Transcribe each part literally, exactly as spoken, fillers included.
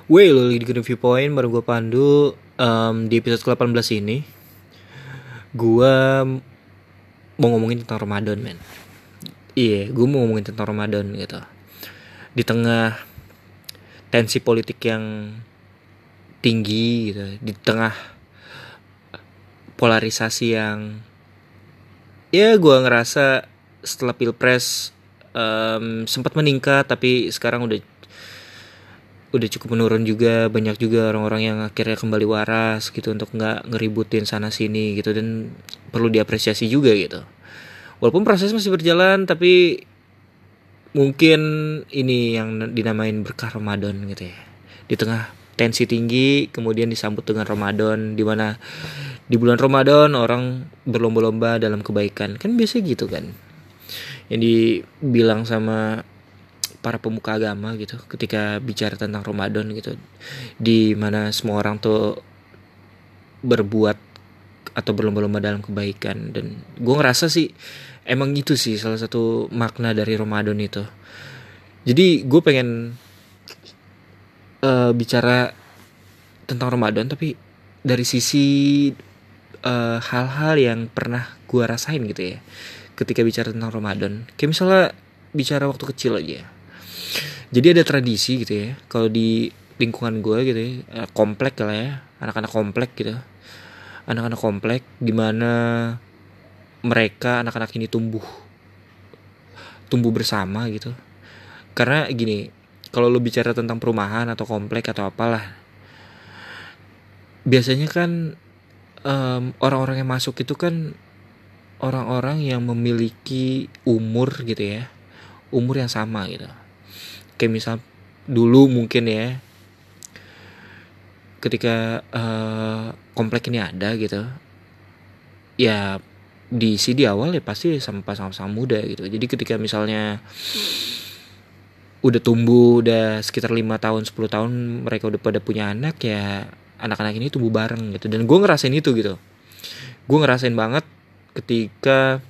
Wey, lo lagi di Viewpoint, baru gue Pandu. Em, Di episode ke delapan belas ini gue mau ngomongin tentang Ramadan, men. Iya, gue mau ngomongin tentang Ramadan gitu. Di tengah tensi politik yang tinggi gitu, di tengah polarisasi yang, ya gue ngerasa setelah Pilpres em, sempat meningkat, tapi sekarang udah udah cukup menurun juga. Banyak juga orang-orang yang akhirnya kembali waras gitu untuk nggak ngeributin sana sini gitu, dan perlu diapresiasi juga gitu. Walaupun proses masih berjalan, tapi mungkin ini yang dinamain berkah Ramadan gitu ya. Di tengah tensi tinggi kemudian disambut dengan Ramadan, di mana di bulan Ramadan orang berlomba-lomba dalam kebaikan. Kan biasa gitu kan, yang dibilang sama para pemuka agama gitu ketika bicara tentang Ramadan gitu, di mana semua orang tuh berbuat atau berlomba-lomba dalam kebaikan. Dan gue ngerasa sih emang itu sih salah satu makna dari Ramadan itu. Jadi gue pengen uh, bicara tentang Ramadan, tapi dari sisi uh, hal-hal yang pernah gue rasain gitu ya ketika bicara tentang Ramadan. Kayak misalnya bicara waktu kecil aja. Jadi ada tradisi gitu ya, kalau di lingkungan gue gitu ya, komplek lah ya, anak-anak komplek gitu, anak-anak komplek di mana mereka anak-anak ini tumbuh tumbuh bersama gitu. Karena gini, kalau lo bicara tentang perumahan atau komplek atau apalah, biasanya kan um, orang-orang yang masuk itu kan orang-orang yang memiliki umur gitu ya, umur yang sama gitu. Kayak misal dulu mungkin ya, ketika uh, komplek ini ada gitu, ya diisi di awal ya pasti sama sama-sama muda gitu. Jadi ketika misalnya udah tumbuh, udah sekitar lima tahun sepuluh tahun, mereka udah pada punya anak, ya anak-anak ini tumbuh bareng gitu. Dan gue ngerasain itu gitu. Gue ngerasain banget ketika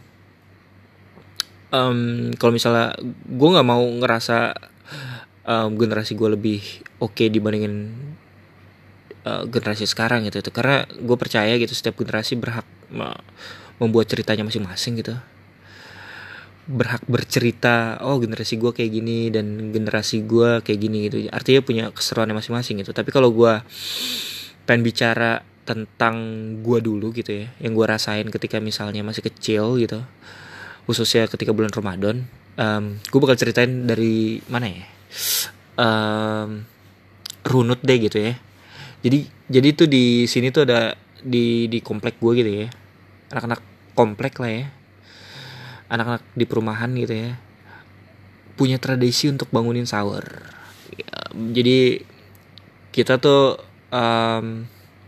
um, kalau misalnya gue nggak mau ngerasa um, generasi gue lebih oke okay dibandingin uh, generasi sekarang gitu, itu karena gue percaya gitu setiap generasi berhak uh, membuat ceritanya masing-masing gitu, berhak bercerita, oh generasi gue kayak gini dan generasi gue kayak gini gitu, artinya punya keseruannya masing-masing gitu. Tapi kalau gue pengen bicara tentang gue dulu gitu ya, yang gue rasain ketika misalnya masih kecil gitu, khususnya ketika bulan Ramadan, um, gue bakal ceritain dari mana ya, um, runut deh gitu ya. Jadi jadi tuh di sini tuh ada di di komplek gue gitu ya, anak-anak komplek lah ya, anak-anak di perumahan gitu ya, punya tradisi untuk bangunin sahur ya. Jadi kita tuh um,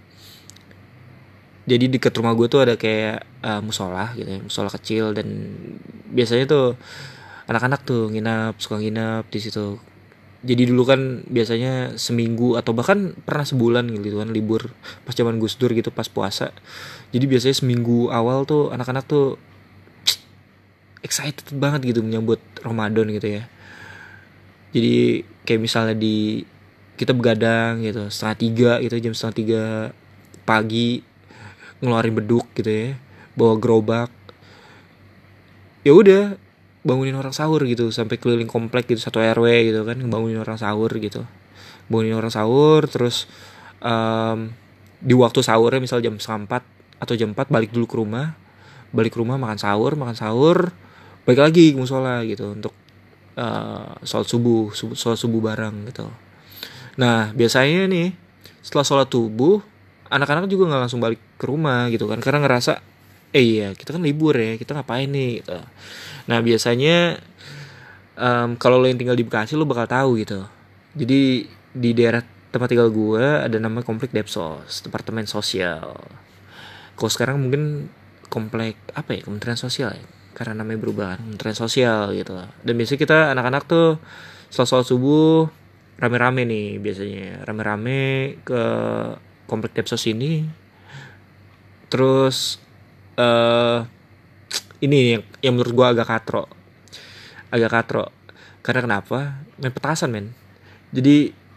jadi dekat rumah gue tuh ada kayak uh, musola gitu ya, musola kecil, dan biasanya tuh anak-anak tuh nginap, suka nginap di situ. Jadi dulu kan biasanya seminggu atau bahkan pernah sebulan gitu kan libur pas zaman Gus Dur gitu, pas puasa. Jadi biasanya seminggu awal tuh anak-anak tuh excited banget gitu menyambut Ramadan gitu ya. Jadi kayak misalnya di kita begadang gitu setengah tiga gitu, jam setengah tiga pagi, ngeluarin beduk gitu ya, bawa gerobak, ya udah bangunin orang sahur gitu, sampai keliling komplek gitu, satu R W gitu kan, bangunin orang sahur gitu, bangunin orang sahur. Terus um, di waktu sahurnya misal jam setengah empat atau jam empat balik dulu ke rumah, balik ke rumah makan sahur, makan sahur, balik lagi ke musola gitu untuk uh, sholat subuh, subuh sholat subuh bareng gitu. Nah biasanya nih setelah sholat subuh, anak-anak juga nggak langsung balik ke rumah gitu kan, karena ngerasa eh iya kita kan libur ya, kita ngapain nih gitu. Nah biasanya um, kalau lo yang tinggal di Bekasi lo bakal tahu gitu. Jadi di daerah tempat tinggal gue ada namanya komplek Depsos, departemen sosial. Kalau sekarang mungkin komplek apa ya, Kementerian Sosial ya, karena namanya berubah kan, Kementerian Sosial gitu. Dan biasanya kita anak-anak tuh setelah sholat subuh rame-rame nih, biasanya rame-rame ke komplek Depsos ini. Terus uh, ini yang, yang menurut gue agak katro, agak katro. Karena kenapa? Main petasan men. Jadi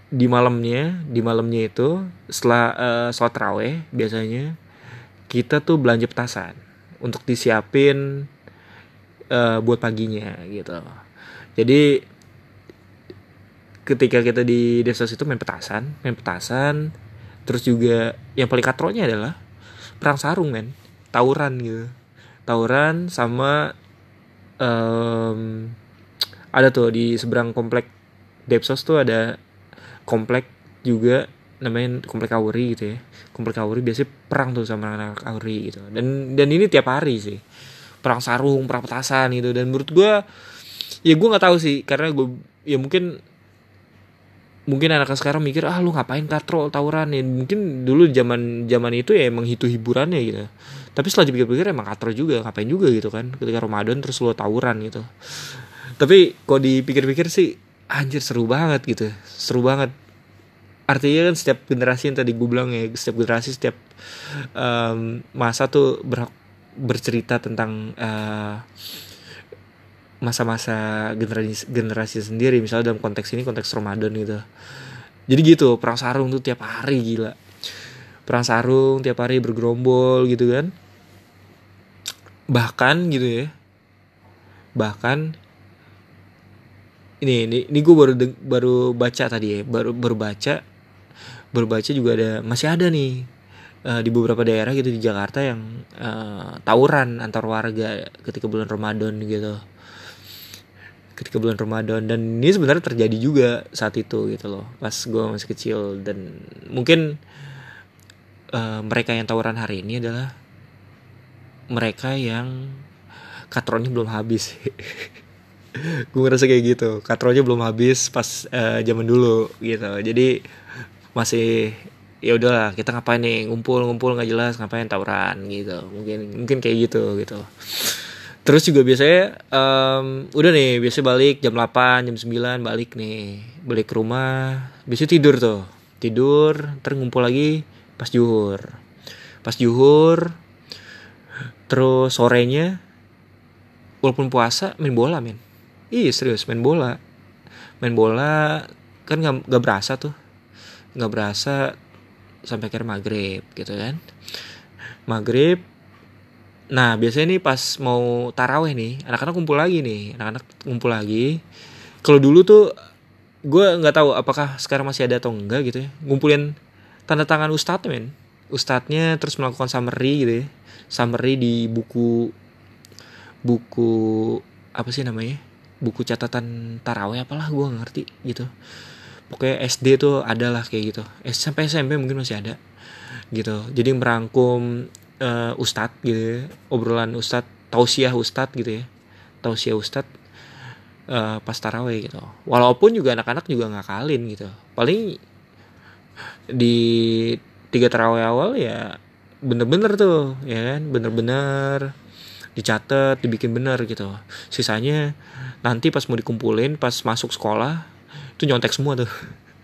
di malamnya di malamnya itu setelah uh, sholat taraweh biasanya kita tuh belanja petasan untuk disiapin uh, buat paginya gitu. Jadi ketika kita di desa itu main petasan, main petasan, terus juga yang paling katronya adalah perang sarung men, tawuran gitu, tawuran sama um, ada tuh di seberang komplek Depsos tuh ada komplek juga namanya komplek Auri gitu ya, komplek Auri biasanya perang tuh sama anak-anak Auri gitu, dan dan ini tiap hari sih perang sarung, perang petasan gitu, dan menurut gue ya gue nggak tahu sih karena gue ya mungkin mungkin anak sekarang mikir ah lu ngapain katro tawuran ya, mungkin dulu zaman zaman itu ya emang itu hiburannya gitu, tapi setelah dipikir-pikir emang katro juga, ngapain juga gitu kan ketika Ramadan terus lu tawuran gitu. Tapi kok dipikir-pikir sih anjir seru banget gitu, seru banget. Artinya kan setiap generasi yang tadi gue bilang ya, setiap generasi setiap um, masa tuh ber, bercerita tentang uh, masa-masa generasi generasi sendiri, misalnya dalam konteks ini konteks Ramadan gitu. Jadi gitu, perang sarung tuh tiap hari gila. Perang sarung tiap hari bergerombol gitu kan. Bahkan gitu ya. Bahkan ini ini, ini gue baru baru baca tadi ya, baru baru baca baru baca juga ada masih ada nih uh, di beberapa daerah gitu di Jakarta yang uh, tawuran antar warga ketika bulan Ramadan gitu. Ketika bulan Ramadan, dan ini sebenarnya terjadi juga saat itu gitu loh pas gue masih kecil, dan mungkin uh, mereka yang tawuran hari ini adalah mereka yang katronnya belum habis. Gue ngerasa kayak gitu, katronnya belum habis pas uh, zaman dulu gitu, jadi masih ya udahlah kita ngapain nih ngumpul-ngumpul nggak jelas ngapain tawuran gitu, mungkin mungkin kayak gitu gitu. Terus juga biasanya um, udah nih biasanya balik jam delapan, jam sembilan balik nih. Balik ke rumah, biasanya tidur tuh. Tidur, ntar ngumpul lagi pas zuhur. Pas zuhur, terus sorenya walaupun puasa main bola men. Ih serius main bola. Main bola kan gak, gak berasa tuh. Gak berasa sampai akhir maghrib gitu kan. Maghrib. Nah biasanya nih pas mau taraweh nih anak-anak kumpul lagi nih anak-anak kumpul lagi. Kalau dulu tuh gue nggak tahu apakah sekarang masih ada atau enggak gitu ya, ngumpulin tanda tangan ustadz men, ustadznya terus melakukan summary gitu ya, summary di buku buku apa sih namanya, buku catatan taraweh apalah gue nggak ngerti gitu. Pokoknya S D tuh adalah kayak gitu, sampai S M P mungkin masih ada gitu. Jadi merangkum Uh, ustadz gitu ya, obrolan ustadz, tausiah ustadz gitu ya, tausiah ustadz uh, pas taraweh gitu. Walaupun juga anak-anak juga ngakalin gitu, paling di tiga taraweh awal ya bener-bener tuh ya kan, bener-bener dicatat, dibikin bener gitu. Sisanya nanti pas mau dikumpulin pas masuk sekolah itu nyontek semua tuh.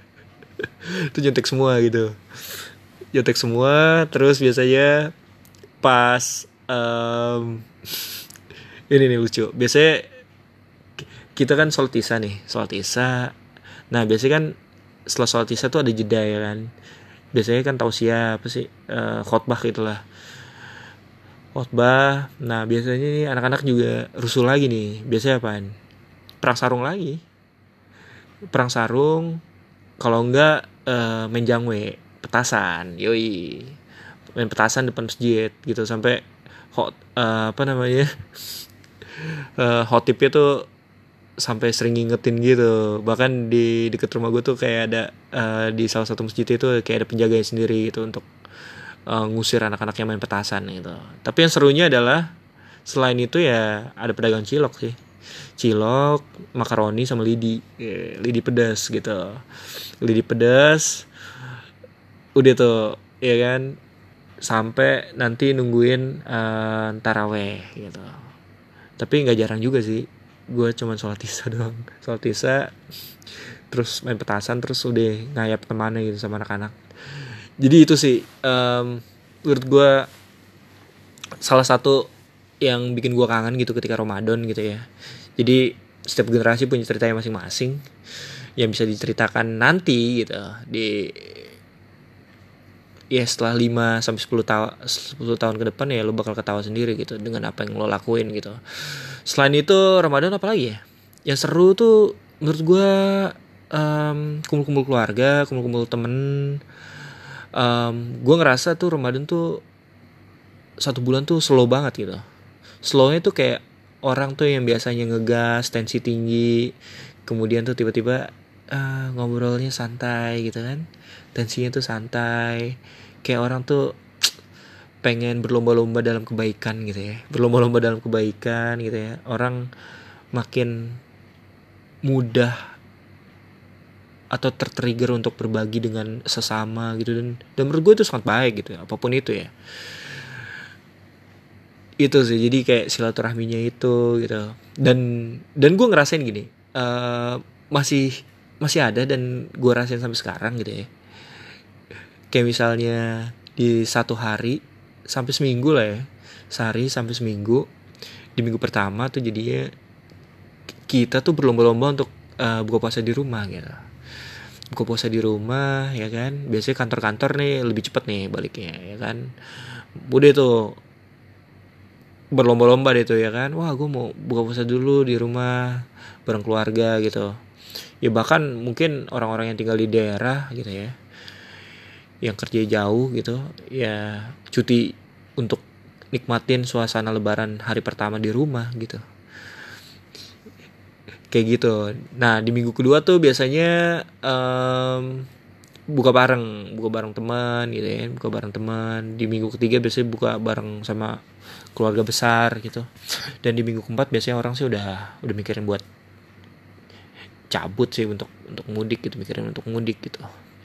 Itu nyontek semua gitu, nyontek semua. Terus biasanya pas um, ini nih lucu, biasanya kita kan sholat isya nih, sholat isya. Nah biasanya kan setelah sholat isya tuh ada jeda ya kan, biasanya kan tausiah apa sih, uh, khotbah gitulah, khotbah. Nah biasanya nih anak-anak juga rusuh lagi nih, biasanya apaan, perang sarung lagi, perang sarung. Kalau enggak uh, main jangwe, petasan, yoi, main petasan depan masjid gitu, sampai hot uh, apa namanya uh, hotipnya tuh sampai sering ngingetin gitu. Bahkan di dekat rumah gue tuh kayak ada uh, di salah satu masjid itu kayak ada penjaganya sendiri gitu untuk uh, ngusir anak-anak yang main petasan gitu. Tapi yang serunya adalah selain itu ya ada pedagang cilok sih, cilok, makaroni sama lidi, yeah, lidi pedas gitu, lidi pedas. Udah tuh ya kan, sampai nanti nungguin uh, taraweh gitu. Tapi nggak jarang juga sih, gue cuman sholat isya doang, sholat isya terus main petasan, terus udah ngayap temannya gitu sama anak-anak. Jadi itu sih um, menurut gue salah satu yang bikin gue kangen gitu ketika Ramadan gitu ya. Jadi setiap generasi punya ceritanya masing-masing. yang bisa diceritakan nanti gitu di ya setelah lima sampai sepuluh tahun sepuluh tahun ke depan, ya lo bakal ketawa sendiri gitu dengan apa yang lo lakuin gitu. Selain itu Ramadan apa lagi ya yang seru tuh menurut gue, um, kumpul-kumpul keluarga, kumpul-kumpul temen. um, gue ngerasa tuh Ramadan tuh satu bulan tuh slow banget gitu. Slownya tuh kayak orang tuh yang biasanya ngegas, tensi tinggi, kemudian tuh tiba-tiba uh, ngobrolnya santai gitu kan, tensinya tuh santai, kayak orang tuh pengen berlomba-lomba dalam kebaikan gitu ya, berlomba-lomba dalam kebaikan gitu ya. Orang makin mudah atau tertrigger untuk berbagi dengan sesama gitu, dan dan menurut gue itu sangat baik gitu, apapun itu ya. Itu sih, jadi kayak silaturahminya itu gitu. Dan dan gue ngerasain gini, uh, masih masih ada dan gue rasain sampai sekarang gitu ya. Kayak misalnya di satu hari sampai seminggu lah ya, sehari sampai seminggu, di minggu pertama tuh jadinya kita tuh berlomba-lomba untuk uh, buka puasa di rumah gitu. Buka puasa di rumah ya kan, biasanya kantor-kantor nih lebih cepet nih baliknya ya kan. Udah tuh berlomba-lomba deh tuh ya kan, wah gue mau buka puasa dulu di rumah bareng keluarga gitu. Ya bahkan mungkin orang-orang yang tinggal di daerah gitu ya, yang kerja jauh gitu ya, cuti untuk nikmatin suasana lebaran hari pertama di rumah gitu, kayak gitu. Nah di minggu kedua tuh biasanya um, buka bareng buka bareng teman gitu ya, buka bareng teman. Di minggu ketiga biasanya buka bareng sama keluarga besar gitu. Dan di minggu keempat biasanya orang sih udah udah mikirin buat cabut sih, untuk untuk mudik gitu, mikirin untuk mudik gitu.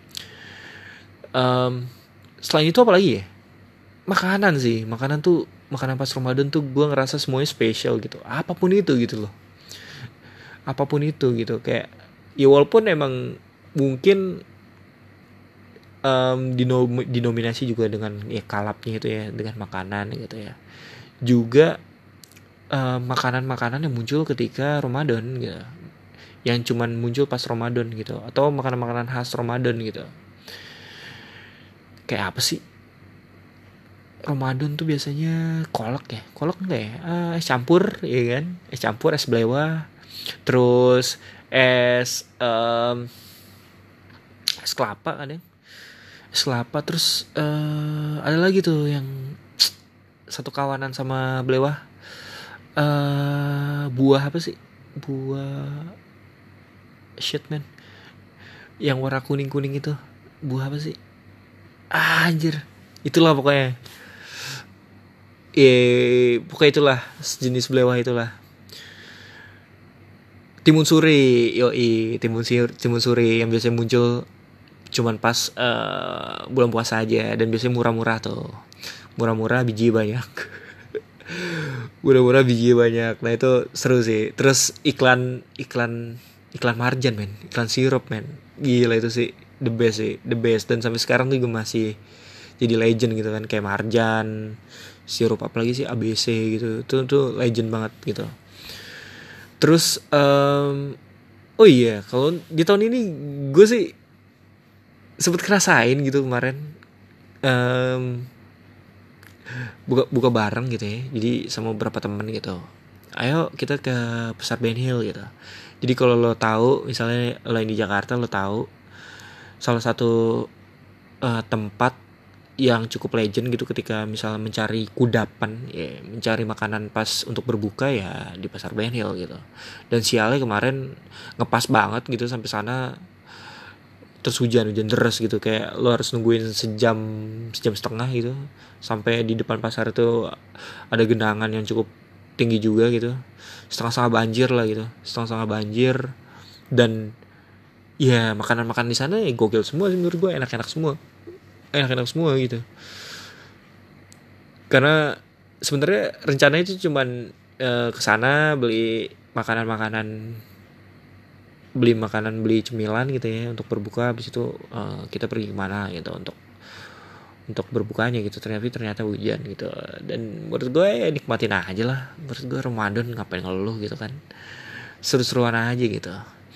Um, selain itu apa lagi ya? Makanan sih, makanan tuh makanan pas Ramadan tuh gue ngerasa semuanya spesial gitu. Apapun itu gitu loh. Apapun itu gitu, kayak ya walaupun emang mungkin um, dinom- dinominasi juga dengan ya kalapnya itu ya, dengan makanan gitu ya. Juga uh, makanan-makanan yang muncul ketika Ramadan gitu, yang cuman muncul pas Ramadan gitu, atau makanan-makanan khas Ramadan gitu. Kayak apa sih? Ramadan tuh biasanya kolak ya, kolak enggak ya? Ah, es campur, ya kan? Es campur, es belewah, terus es um, es kelapa kan ya? Es kelapa, terus uh, ada lagi tuh yang satu kawanan sama belewah. Uh, buah apa sih? Buah shit man, yang warna kuning kuning itu, buah apa sih? Ah, anjir, itulah pokoknya. Eh, pokoknya itulah sejenis belewah itulah. Timun suri, yoi, timun suri, timun suri yang biasanya muncul cuman pas uh, bulan puasa aja, dan biasanya murah-murah tuh. Murah-murah, biji banyak. Murah-murah, biji banyak. Nah, itu seru sih. Terus iklan iklan iklan marjan men, iklan sirup men. Gila itu sih the best sih, the best. Dan sampai sekarang tuh gue masih jadi legend gitu kan, kayak marjan, sirup apalagi sih A B C gitu, itu tuh legend banget gitu. Terus um, oh iya, kalau di tahun ini gue sih sempet kerasain gitu kemarin, um, buka buka bareng gitu ya, jadi sama beberapa temen gitu, ayo kita ke Pasar Ben Hill gitu. Jadi kalau lo tahu, misalnya lo yang di Jakarta, lo tahu salah satu uh, tempat yang cukup legend gitu ketika misalnya mencari kudapan ya, mencari makanan pas untuk berbuka ya, di Pasar Ben Hill gitu. Dan sialnya kemarin ngepas banget gitu, sampai sana terus hujan hujan deras gitu, kayak lo harus nungguin sejam sejam setengah gitu sampai di depan pasar itu. Ada genangan yang cukup tinggi juga gitu, setengah-setengah banjir lah gitu, setengah-setengah banjir. Dan ya makanan-makanan di sana ya gokil semua sih menurut gue, enak-enak semua, enak-enak semua gitu. Karena sebenarnya rencananya itu cuman uh, kesana beli makanan-makanan, beli makanan, beli cemilan gitu ya untuk berbuka. Habis itu uh, kita pergi kemana gitu untuk untuk berbukanya gitu. Ternyata ternyata hujan gitu. Dan menurut gue ya nikmatin aja lah. Menurut gue Ramadan ngapain ngeluh gitu kan, seru-seruan aja gitu.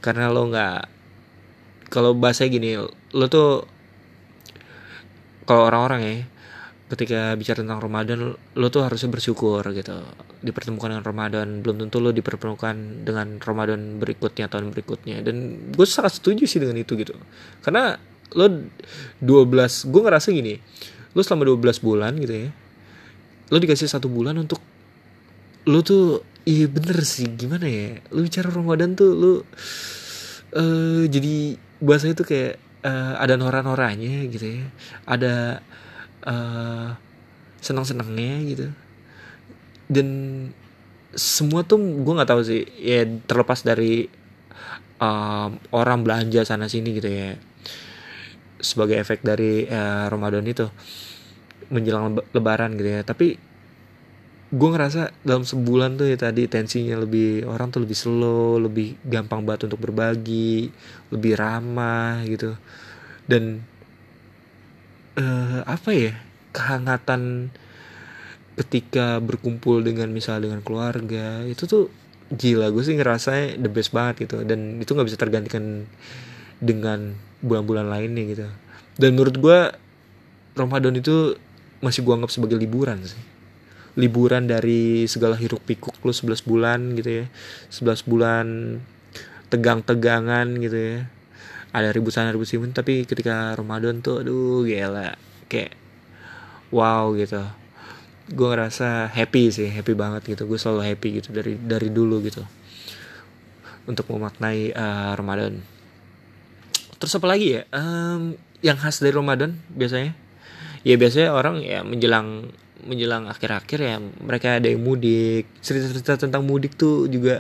Karena lo nggak, kalau bahasa gini, lo tuh kalau orang-orang ya ketika bicara tentang Ramadan, lo tuh harusnya bersyukur gitu dipertemukan dengan Ramadan. Belum tentu lo dipertemukan dengan Ramadan berikutnya, tahun berikutnya. Dan gue sangat setuju sih dengan itu gitu. Karena lo dua belas, gue ngerasa gini, lo selama dua belas bulan gitu ya, lo dikasih satu bulan untuk lo tuh, iya bener sih, gimana ya, lo bicara Ramadan tuh lo uh, jadi bahasanya tuh kayak uh, ada noran-norannya gitu ya, ada uh, senang-senangnya gitu. Dan semua tuh gue nggak tahu sih ya, terlepas dari um, orang belanja sana sini gitu ya, sebagai efek dari uh, Ramadan itu menjelang lebaran gitu ya. Tapi gue ngerasa dalam sebulan tuh ya tadi tensinya lebih, orang tuh lebih slow, lebih gampang banget untuk berbagi, lebih ramah gitu. Dan uh, apa ya, kehangatan ketika berkumpul dengan misalnya dengan keluarga itu tuh gila, gue sih ngerasanya the best banget gitu. Dan itu nggak bisa tergantikan dengan bulan-bulan lainnya gitu. Dan menurut gue Ramadan itu masih gue anggap sebagai liburan sih, liburan dari segala hiruk pikuk lu sebelas bulan gitu ya, sebelas bulan tegang-tegangan gitu ya, ada ribut sana ribut sini. Tapi ketika Ramadan tuh aduh gila, kayak wow gitu. Gue ngerasa happy sih, happy banget gitu. Gue selalu happy gitu dari dari dulu gitu untuk memaknai uh, Ramadan. Terus apa lagi ya um, yang khas dari Ramadan biasanya? Ya biasanya orang ya menjelang menjelang akhir-akhir ya mereka ada yang mudik. Cerita-cerita tentang mudik tuh juga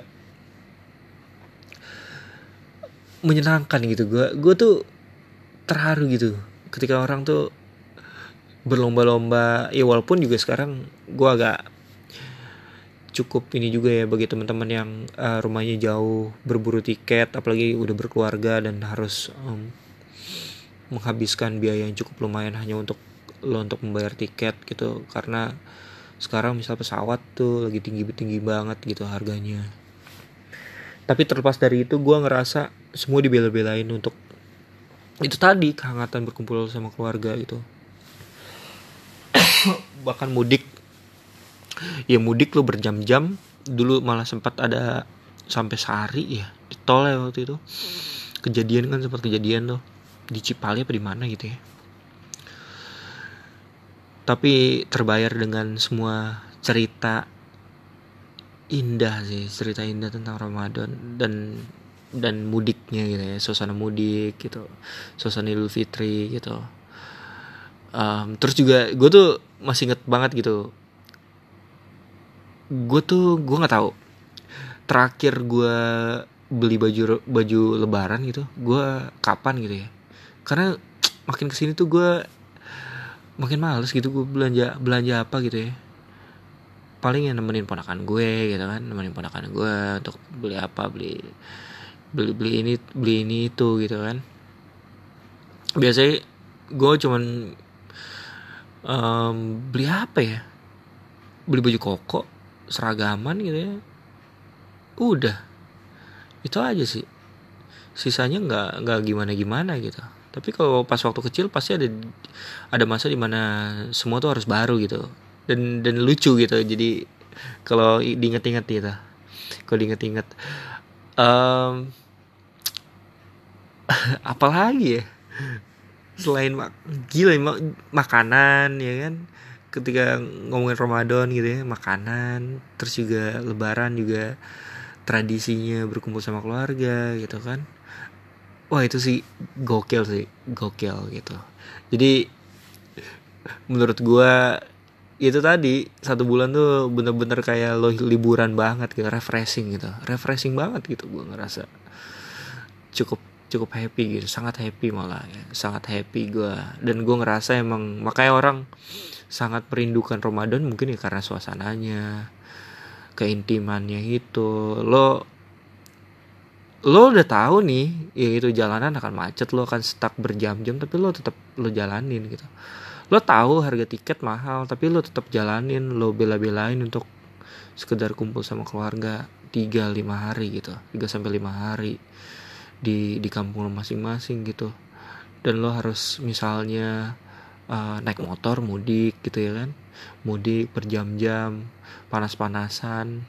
menyenangkan gitu. Gue gue tuh terharu gitu ketika orang tuh berlomba-lomba. Ya walaupun juga sekarang gue agak cukup ini juga ya bagi teman-teman yang uh, rumahnya jauh, berburu tiket, apalagi udah berkeluarga dan harus um, menghabiskan biaya yang cukup lumayan hanya untuk lo untuk membayar tiket gitu. Karena sekarang misal pesawat tuh lagi tinggi-tinggi banget gitu harganya. Tapi terlepas dari itu gue ngerasa semua dibela-belain untuk itu tadi, kehangatan berkumpul sama keluarga gitu. Bahkan mudik, ya mudik lo berjam-jam. Dulu malah sempat ada sampai sehari ya di tol ya waktu itu. Kejadian kan, sempat kejadian tuh di Cipali apa di mana gitu ya. Tapi terbayar dengan semua cerita indah sih, cerita indah tentang Ramadan dan dan mudiknya gitu ya, suasana mudik gitu, suasana Idul Fitri gitu. Um, terus juga gue tuh masih inget banget gitu. Gue tuh gue nggak tahu terakhir gue beli baju baju Lebaran gitu, gue kapan gitu ya. Karena makin kesini tuh gue makin males gitu gue belanja belanja apa gitu ya. Paling yang nemenin ponakan gue gitu kan, nemenin ponakan gue untuk beli apa, beli beli beli ini beli ini itu gitu kan. Biasanya gue cuman um, beli apa ya, beli baju koko, seragaman gitu ya, udah itu aja sih. Sisanya nggak nggak gimana gimana gitu. Tapi kalau pas waktu kecil pasti ada ada masa dimana semua tuh harus baru gitu, dan dan lucu gitu. Jadi kalau diinget-inget gitu, kalau diinget-inget, um, apalagi ya selain mak gila mak makanan ya kan. Ketika ngomongin Ramadan gitu ya, makanan, terus juga Lebaran juga tradisinya berkumpul sama keluarga gitu kan. Wah itu sih gokil sih, gokil gitu. Jadi menurut gue itu tadi satu bulan tuh bener-bener kayak lo liburan banget gitu, refreshing gitu, refreshing banget gitu. Gue ngerasa cukup cukup happy gitu, sangat happy malah ya, sangat happy gue. Dan gue ngerasa emang makanya orang sangat merindukan Ramadan mungkin ya karena suasananya, keintimannya itu. Lo lo udah tahu nih ya itu jalanan akan macet, lo akan stuck berjam-jam, tapi lo tetap lo jalanin gitu. Lo tahu harga tiket mahal, tapi lo tetap jalanin, lo bela-belain untuk sekedar kumpul sama keluarga tiga lima hari gitu, tiga sampai lima hari. di di kampung lo masing-masing gitu. Dan lo harus misalnya uh, naik motor mudik gitu ya kan, mudik berjam-jam, panas-panasan,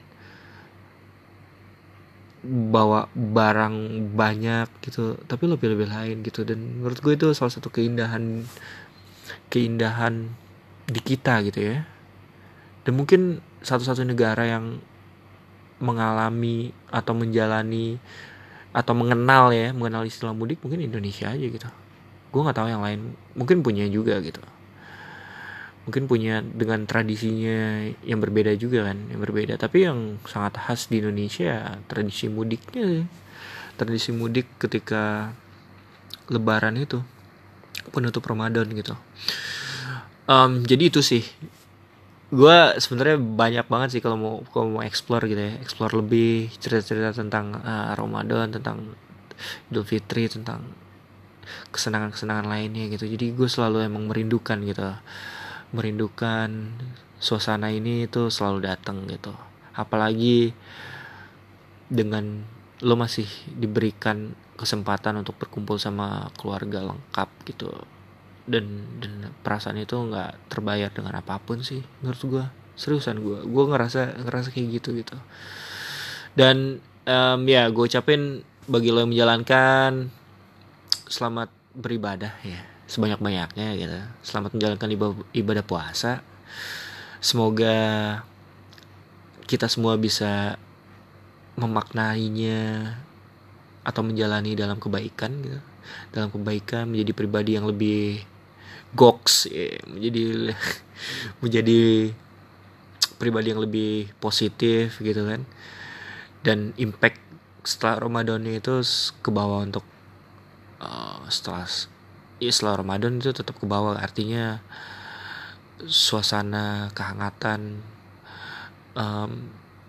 bawa barang banyak gitu, tapi lo pilih-pilahin gitu. Dan menurut gue itu salah satu keindahan keindahan di kita gitu ya. Dan mungkin satu-satu negara yang mengalami atau menjalani atau mengenal ya mengenal istilah mudik mungkin Indonesia aja gitu. Gue nggak tahu yang lain, mungkin punya juga gitu, mungkin punya dengan tradisinya yang berbeda juga kan, yang berbeda. Tapi yang sangat khas di Indonesia tradisi mudiknya, tradisi mudik ketika Lebaran itu, penutup Ramadan gitu. Um, jadi itu sih, gue sebenarnya banyak banget sih kalau mau kalau mau explore gitu ya, explore lebih cerita-cerita tentang uh, Ramadan, tentang Idul Fitri, tentang kesenangan-kesenangan lainnya gitu. Jadi gue selalu emang merindukan gitu, merindukan suasana ini tuh selalu datang gitu. Apalagi dengan lo masih diberikan kesempatan untuk berkumpul sama keluarga lengkap gitu. Dan dan perasaan itu nggak terbayar dengan apapun sih menurut gue. Seriusan gue gue ngerasa ngerasa kayak gitu gitu. Dan um, ya gue ucapin bagi lo yang menjalankan, selamat beribadah ya sebanyak-banyaknya gitu. Selamat menjalankan ibadah puasa. Semoga kita semua bisa memaknainya atau menjalani dalam kebaikan gitu. Dalam kebaikan, menjadi pribadi yang lebih goks ya, menjadi menjadi pribadi yang lebih positif gitu kan. Dan impact setelah Ramadan itu ke bawah untuk uh, setelah ya setelah Ramadan itu tetap ke bawah, artinya suasana kehangatan, um,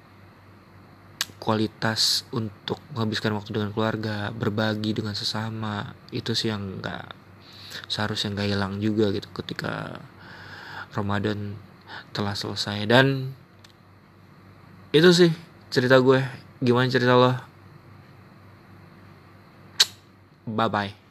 kualitas untuk menghabiskan waktu dengan keluarga, berbagi dengan sesama, itu sih yang nggak seharusnya nggak hilang juga gitu ketika Ramadan telah selesai. Dan itu sih cerita gue. Gimana cerita lo? Bye bye.